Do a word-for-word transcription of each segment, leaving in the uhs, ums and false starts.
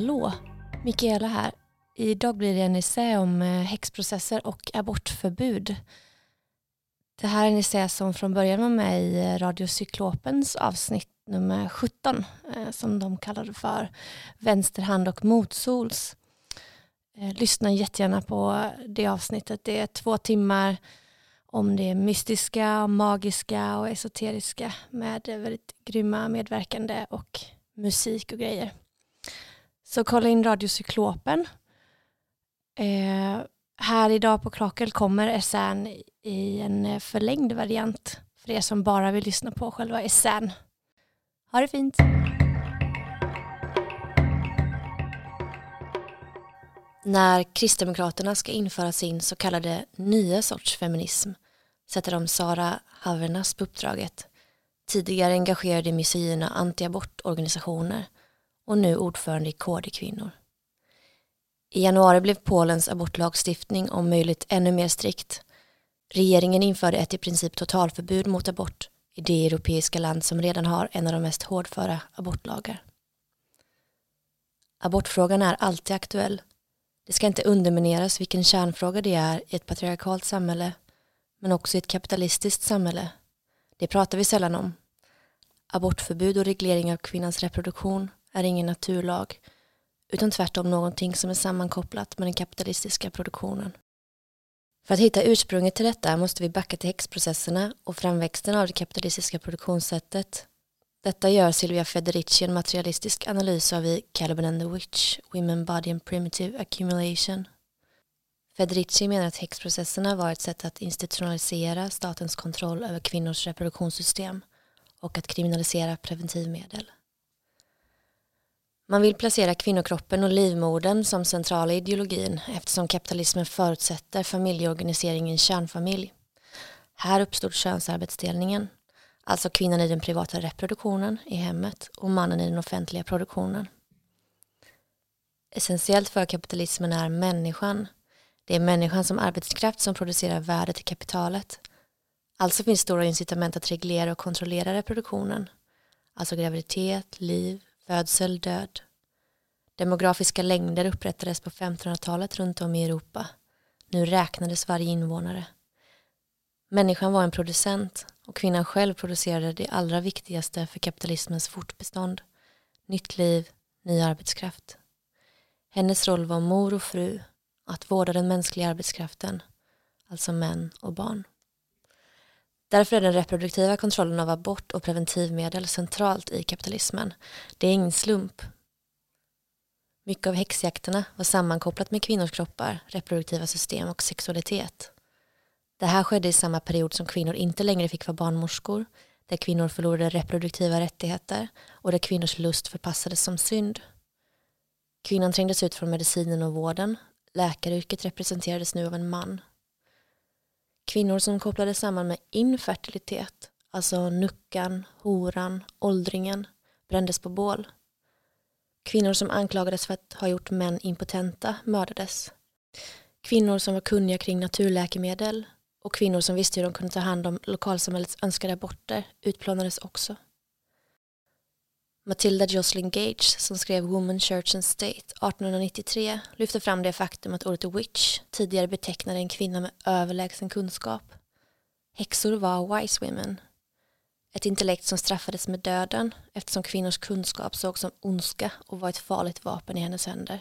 Hallå, Mikaela här. Idag blir det en essä om häxprocesser och abortförbud. Det här är en essä som från början var med i Radio Cyklopens avsnitt nummer sjutton, som de kallade för Vänsterhand och motsols. Lyssna jättegärna på det avsnittet. Det är två timmar om det mystiska, magiska och esoteriska med väldigt grymma medverkande och musik och grejer. Så kolla in Radio Cyklopen. Eh, här idag på Krakel kommer essän i en förlängd variant för er som bara vill lyssna på själva essän. Ha det fint! När Kristdemokraterna ska införa sin så kallade nya sorts feminism sätter de Sara Havernas på uppdraget. Tidigare engagerade i misogyna antiabortorganisationer och nu ordförande i K D-kvinnor. I januari blev Polens abortlagstiftning om möjligt ännu mer strikt. Regeringen införde ett i princip totalförbud mot abort i det europeiska land som redan har en av de mest hårdföra abortlagar. Abortfrågan är alltid aktuell. Det ska inte undermineras vilken kärnfråga det är i ett patriarkalt samhälle, men också i ett kapitalistiskt samhälle. Det pratar vi sällan om. Abortförbud och reglering av kvinnans reproduktion är ingen naturlag, utan tvärtom någonting som är sammankopplat med den kapitalistiska produktionen. För att hitta ursprunget till detta måste vi backa till häxprocesserna och framväxten av det kapitalistiska produktionssättet. Detta gör Silvia Federici en materialistisk analys av i Caliban and the Witch, Women, Body and Primitive Accumulation. Federici menar att häxprocesserna var ett sätt att institutionalisera statens kontroll över kvinnors reproduktionssystem och att kriminalisera preventivmedel. Man vill placera kvinnokroppen och livmodern som centrala ideologin eftersom kapitalismen förutsätter familjeorganiseringen kärnfamilj. Här uppstod könsarbetsdelningen, alltså kvinnan i den privata reproduktionen i hemmet och mannen i den offentliga produktionen. Essentiellt för kapitalismen är människan. Det är människan som arbetskraft som producerar värde till kapitalet. Alltså finns stora incitament att reglera och kontrollera reproduktionen, alltså graviditet, liv, födsel, död. Demografiska längder upprättades på femtonhundratalet runt om i Europa. Nu räknades varje invånare. Människan var en producent och kvinnan själv producerade det allra viktigaste för kapitalismens fortbestånd. Nytt liv, ny arbetskraft. Hennes roll var mor och fru, att vårda den mänskliga arbetskraften, alltså män och barn. Därför är den reproduktiva kontrollen av abort och preventivmedel centralt i kapitalismen. Det är ingen slump. Mycket av häxjakterna var sammankopplat med kvinnors kroppar, reproduktiva system och sexualitet. Det här skedde i samma period som kvinnor inte längre fick vara barnmorskor, där kvinnor förlorade reproduktiva rättigheter och där kvinnors lust förpassades som synd. Kvinnan trängdes ut från medicinen och vården. Läkaryrket representerades nu av en man. Kvinnor som kopplades samman med infertilitet, alltså nuckan, horan, åldringen, brändes på bål. Kvinnor som anklagades för att ha gjort män impotenta mördades. Kvinnor som var kunniga kring naturläkemedel och kvinnor som visste hur de kunde ta hand om lokalsamhällets önskade aborter utplånades också. Matilda Jocelyn Gage, som skrev Woman, Church and State artonhundranittiotre, lyfte fram det faktum att ordet witch tidigare betecknade en kvinna med överlägsen kunskap. Häxor var wise women. Ett intellekt som straffades med döden eftersom kvinnors kunskap såg som ondska och var ett farligt vapen i hennes händer.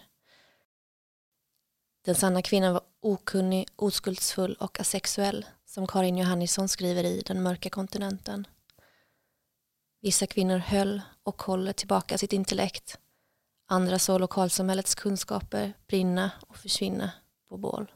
Den sanna kvinnan var okunnig, oskuldsfull och asexuell, som Karin Johannisson skriver i Den mörka kontinenten. Vissa kvinnor höll och håller tillbaka sitt intellekt. Andra såg lokalsamhällets kunskaper brinna och försvinna på bål.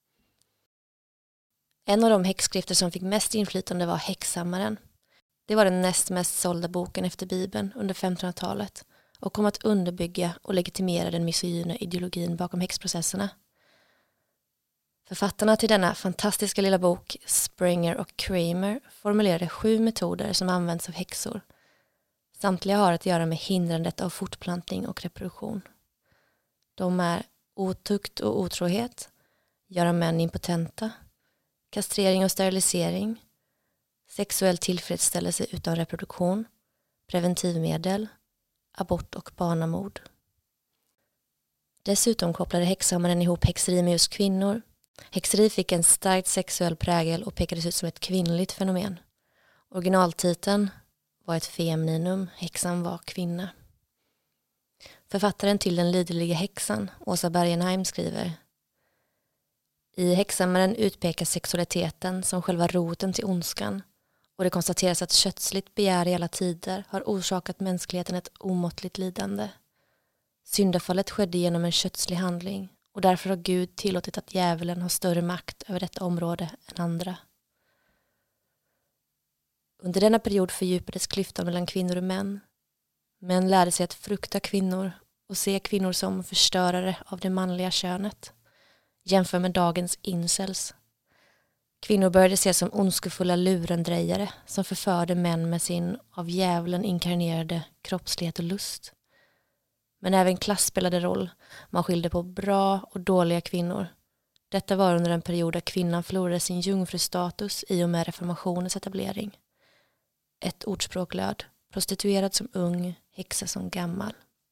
En av de häxskrifter som fick mest inflytande var Häxhammaren. Det var den näst mest sålda boken efter Bibeln under femtonhundratalet och kom att underbygga och legitimera den misogyna ideologin bakom häxprocesserna. Författarna till denna fantastiska lilla bok, Springer och Kramer, formulerade sju metoder som används av häxor. Samtliga har att göra med hindrandet av fortplantning och reproduktion. De är otukt och otrohet, göra män impotenta, kastrering och sterilisering, sexuell tillfredsställelse utan reproduktion, preventivmedel, abort och barnamord. Dessutom kopplade häxhammaren ihop häxeri med just kvinnor. Häxeri fick en starkt sexuell prägel och pekades ut som ett kvinnligt fenomen. Originaltiteln var ett femininum, häxan var kvinna. Författaren till Den liderliga häxan, Åsa Bergenheim, skriver: I häxhammaren utpekas sexualiteten som själva roten till ondskan, och det konstateras att kötsligt begär i alla tider har orsakat mänskligheten ett omåttligt lidande. Syndafallet skedde genom en kötslig handling, och därför har Gud tillåtit att djävulen har större makt över detta område än andra. Under denna period fördjupades klyftan mellan kvinnor och män. Män lärde sig att frukta kvinnor och se kvinnor som förstörare av det manliga könet. Jämför med dagens incels. Kvinnor började ses som ondskefulla lurendrejare som förförde män med sin av djävulen inkarnerade kroppslighet och lust. Men även klass spelade roll. Man skilde på bra och dåliga kvinnor. Detta var under en period där kvinnan förlorade sin jungfrustatus i och med reformationens etablering. Ett ordspråk löd: prostituerad som ung, häxa som gammal.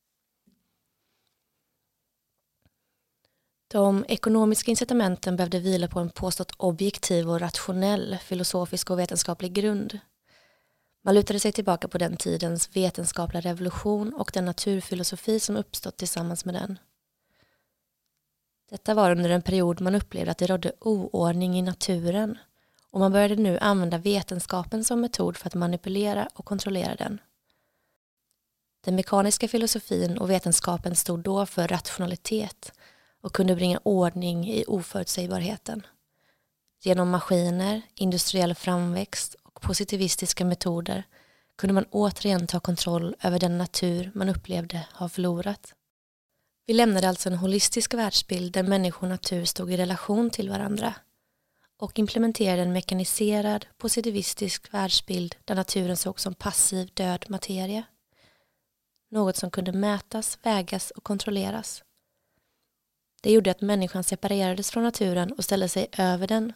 De ekonomiska incitamenten behövde vila på en påstått objektiv och rationell filosofisk och vetenskaplig grund. Man lutade sig tillbaka på den tidens vetenskapliga revolution och den naturfilosofi som uppstått tillsammans med den. Detta var under en period man upplevde att det rådde oordning i naturen, och man började nu använda vetenskapen som metod för att manipulera och kontrollera den. Den mekaniska filosofin och vetenskapen stod då för rationalitet och kunde bringa ordning i oförutsägbarheten. Genom maskiner, industriell framväxt och positivistiska metoder kunde man återigen ta kontroll över den natur man upplevde ha förlorat. Vi lämnade alltså en holistisk världsbild där människor och natur stod i relation till varandra och implementerade en mekaniserad, positivistisk världsbild där naturen såg som passiv död materia. Något som kunde mätas, vägas och kontrolleras. Det gjorde att människan separerades från naturen och ställde sig över den.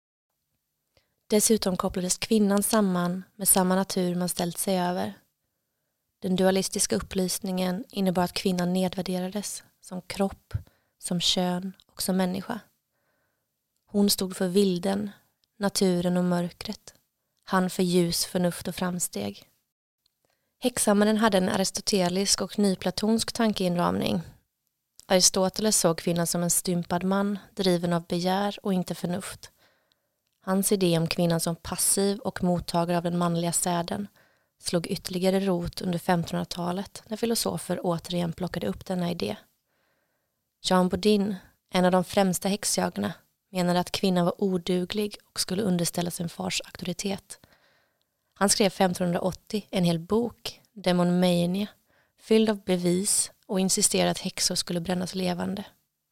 Dessutom kopplades kvinnan samman med samma natur man ställt sig över. Den dualistiska upplysningen innebar att kvinnan nedvärderades som kropp, som kön och som människa. Hon stod för vilden, naturen och mörkret. Han för ljus, förnuft och framsteg. Häxhammaren hade en aristotelisk och nyplatonsk tankeinramning. Aristoteles såg kvinnan som en stympad man, driven av begär och inte förnuft. Hans idé om kvinnan som passiv och mottagare av den manliga säden slog ytterligare rot under femtonhundratalet när filosofer återigen plockade upp denna idé. Jean Bodin, en av de främsta häxjagarna, menade att kvinnan var oduglig och skulle underställa sin fars auktoritet. Han skrev femtonhundraåttio en hel bok, Demonmania, fylld av bevis och insisterade att häxor skulle brännas levande.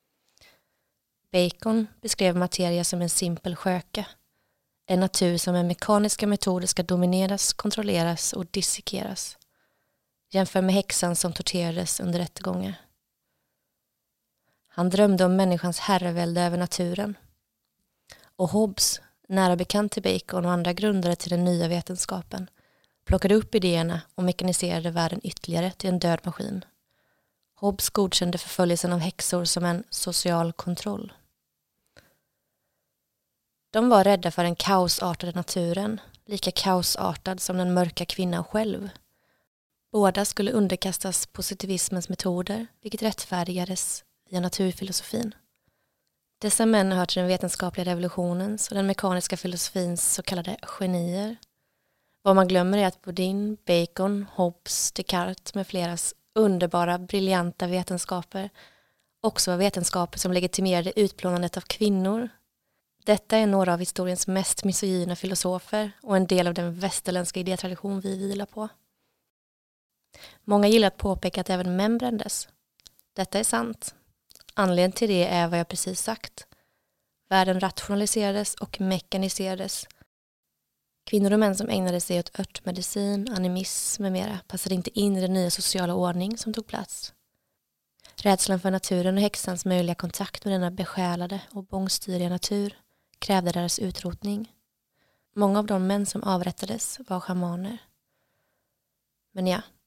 Bacon beskrev materia som en simpel sköka, en natur som med mekaniska metoder ska domineras, kontrolleras och dissekeras. Jämför med häxan som torterades under rättegångar. Han drömde om människans herravälde över naturen. Och Hobbes, nära bekant till Bacon och andra grundare till den nya vetenskapen, plockade upp idéerna och mekaniserade världen ytterligare till en död maskin. Hobbes godkände förföljelsen av häxor som en social kontroll. De var rädda för den kaosartade naturen, lika kaosartad som den mörka kvinnan själv. Båda skulle underkastas positivismens metoder, vilket rättfärdigades via naturfilosofin. Dessa män hör till den vetenskapliga revolutionens och den mekaniska filosofins så kallade genier. Vad man glömmer är att Bodin, Bacon, Hobbes, Descartes med fleras underbara, briljanta vetenskaper också var vetenskaper som legitimerade utplånandet av kvinnor. Detta är några av historiens mest misogyna filosofer och en del av den västerländska idétradition vi vilar på. Många gillar att påpeka att även män brändes. Detta är sant. Anledningen till det är vad jag precis sagt. Världen rationaliserades och mekaniserades. Kvinnor och män som ägnade sig åt örtmedicin, animism med mera passade inte in i den nya sociala ordning som tog plats. Rädslan för naturen och häxans möjliga kontakt med denna besjälade och bångstyriga natur krävde deras utrotning. Många av de män som avrättades var schamaner. Men ja,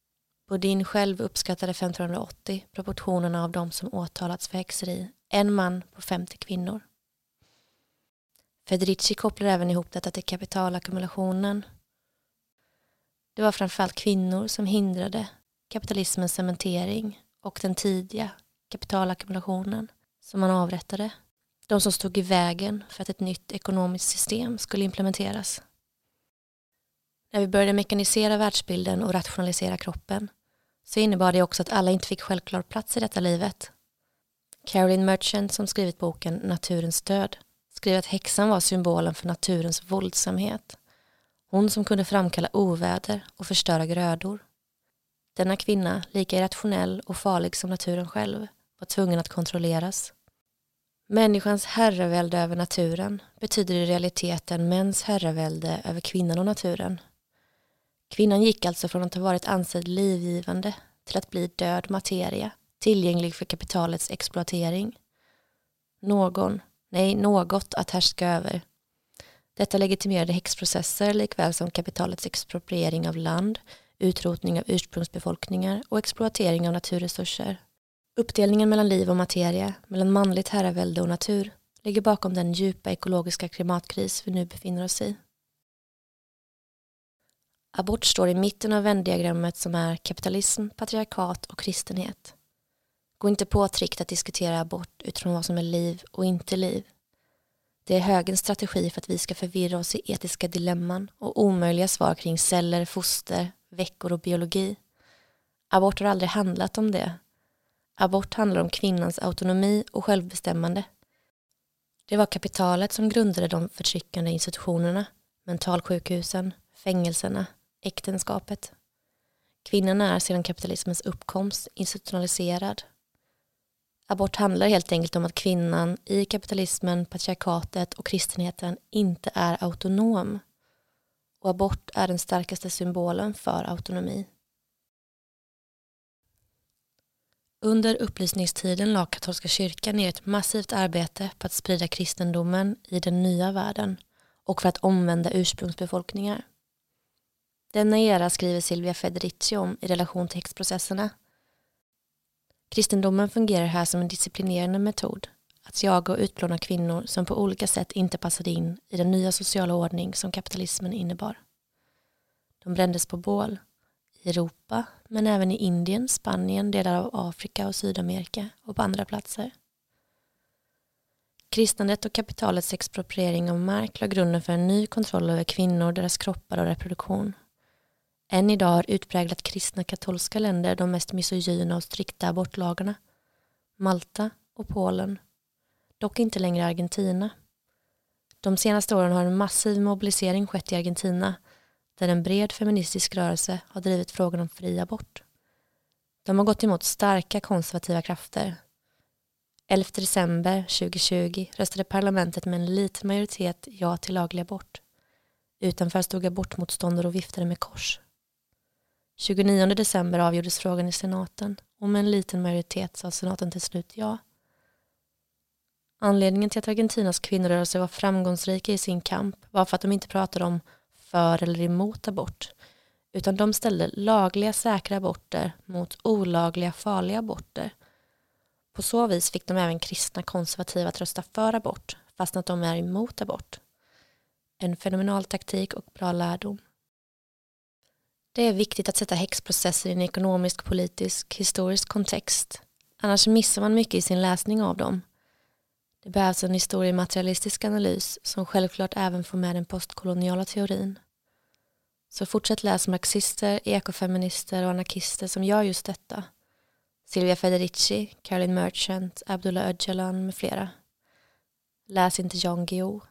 Bodin själv uppskattade femtonhundraåttio proportionerna av de som åtalats för häxeri, en man på femtio kvinnor. Federici kopplar även ihop detta till kapitalackumulationen. Det var framförallt kvinnor som hindrade kapitalismens cementering och den tidiga kapitalackumulationen som man avrättade. De som stod i vägen för att ett nytt ekonomiskt system skulle implementeras. När vi började mekanisera världsbilden och rationalisera kroppen så innebar det också att alla inte fick självklar plats i detta livet. Carolyn Merchant, som skrivit boken Naturens död, skrev att häxan var symbolen för naturens våldsamhet. Hon som kunde framkalla oväder och förstöra grödor. Denna kvinna, lika irrationell och farlig som naturen själv, var tvungen att kontrolleras. Människans herravälde över naturen betyder i realiteten mäns herravälde över kvinnan och naturen. Kvinnan gick alltså från att ha varit ansedd livgivande till att bli död materia, tillgänglig för kapitalets exploatering. Någon, nej något att härska över. Detta legitimerade häxprocesser likväl som kapitalets expropriering av land, utrotning av ursprungsbefolkningar och exploatering av naturresurser. Uppdelningen mellan liv och materia, mellan manligt herravälde och natur, ligger bakom den djupa ekologiska klimatkris vi nu befinner oss i. Abort står i mitten av Venn-diagrammet som är kapitalism, patriarkat och kristenhet. Gå inte på trick att diskutera abort utifrån vad som är liv och inte liv. Det är högens strategi för att vi ska förvirra oss i etiska dilemman och omöjliga svar kring celler, foster, veckor och biologi. Abort har aldrig handlat om det. Abort handlar om kvinnans autonomi och självbestämmande. Det var kapitalet som grundade de förtryckande institutionerna, mentalsjukhusen, fängelserna, äktenskapet. Kvinnan är sedan kapitalismens uppkomst institutionaliserad. Abort handlar helt enkelt om att kvinnan i kapitalismen, patriarkatet och kristenheten inte är autonom. Och abort är den starkaste symbolen för autonomi. Under upplysningstiden la katolska kyrkan ner ett massivt arbete på att sprida kristendomen i den nya världen och för att omvända ursprungsbefolkningar. Denna era skriver Silvia Federici om i relation till häxprocesserna. Kristendomen fungerar här som en disciplinerande metod att jaga och utplåna kvinnor som på olika sätt inte passade in i den nya sociala ordning som kapitalismen innebar. De brändes på bål i Europa men även i Indien, Spanien, delar av Afrika och Sydamerika och på andra platser. Kristnandet och kapitalets expropriering av mark la grunden för en ny kontroll över kvinnor, deras kroppar och reproduktion. Än idag har utpräglat kristna katolska länder de mest misogyna och strikta abortlagarna. Malta och Polen. Dock inte längre Argentina. De senaste åren har en massiv mobilisering skett i Argentina där en bred feministisk rörelse har drivit frågan om fri abort. De har gått emot starka konservativa krafter. elfte december tjugohundratjugo röstade parlamentet med en liten majoritet ja till laglig abort. Utanför stod abortmotståndare och viftade med kors. tjugonionde december avgjordes frågan i senaten och med en liten majoritet sa senaten till slut ja. Anledningen till att Argentinas kvinnorörelse var framgångsrika i sin kamp var för att de inte pratade om för eller emot abort, utan de ställde lagliga säkra aborter mot olagliga farliga aborter. På så vis fick de även kristna konservativa att rösta för abort fast att de är emot abort. En fenomenal taktik och bra lärdom. Det är viktigt att sätta häxprocesser i en ekonomisk, politisk, historisk kontext. Annars missar man mycket i sin läsning av dem. Det behövs en historiematerialistisk analys som självklart även får med den postkoloniala teorin. Så fortsätt läsa marxister, ekofeminister och anarkister som gör just detta. Silvia Federici, Carolyn Merchant, Abdullah Öcalan med flera. Läs inte Jan Guillou.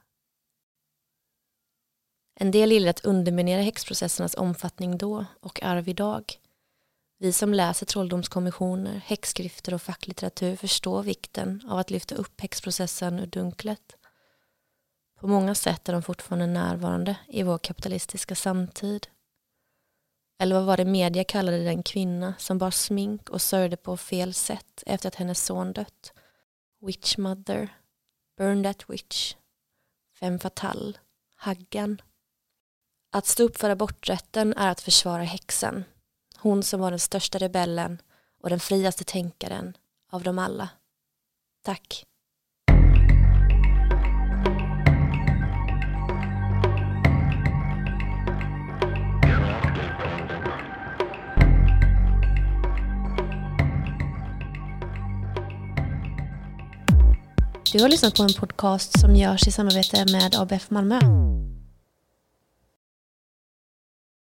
En del gillar att underminera häxprocessernas omfattning då och arv idag. Vi som läser trolldomskommissioner, häxskrifter och facklitteratur förstår vikten av att lyfta upp häxprocessen ur dunklet. På många sätt är de fortfarande närvarande i vår kapitalistiska samtid. Eller vad var det media kallade den kvinna som bar smink och sörjde på fel sätt efter att hennes son dött? Witch mother, burn that witch, femme fatale, haggan. Att stå upp för aborträtten är att försvara häxan. Hon som var den största rebellen och den friaste tänkaren av dem alla. Tack. Du har lyssnat på en podcast som görs i samarbete med A B F Malmö.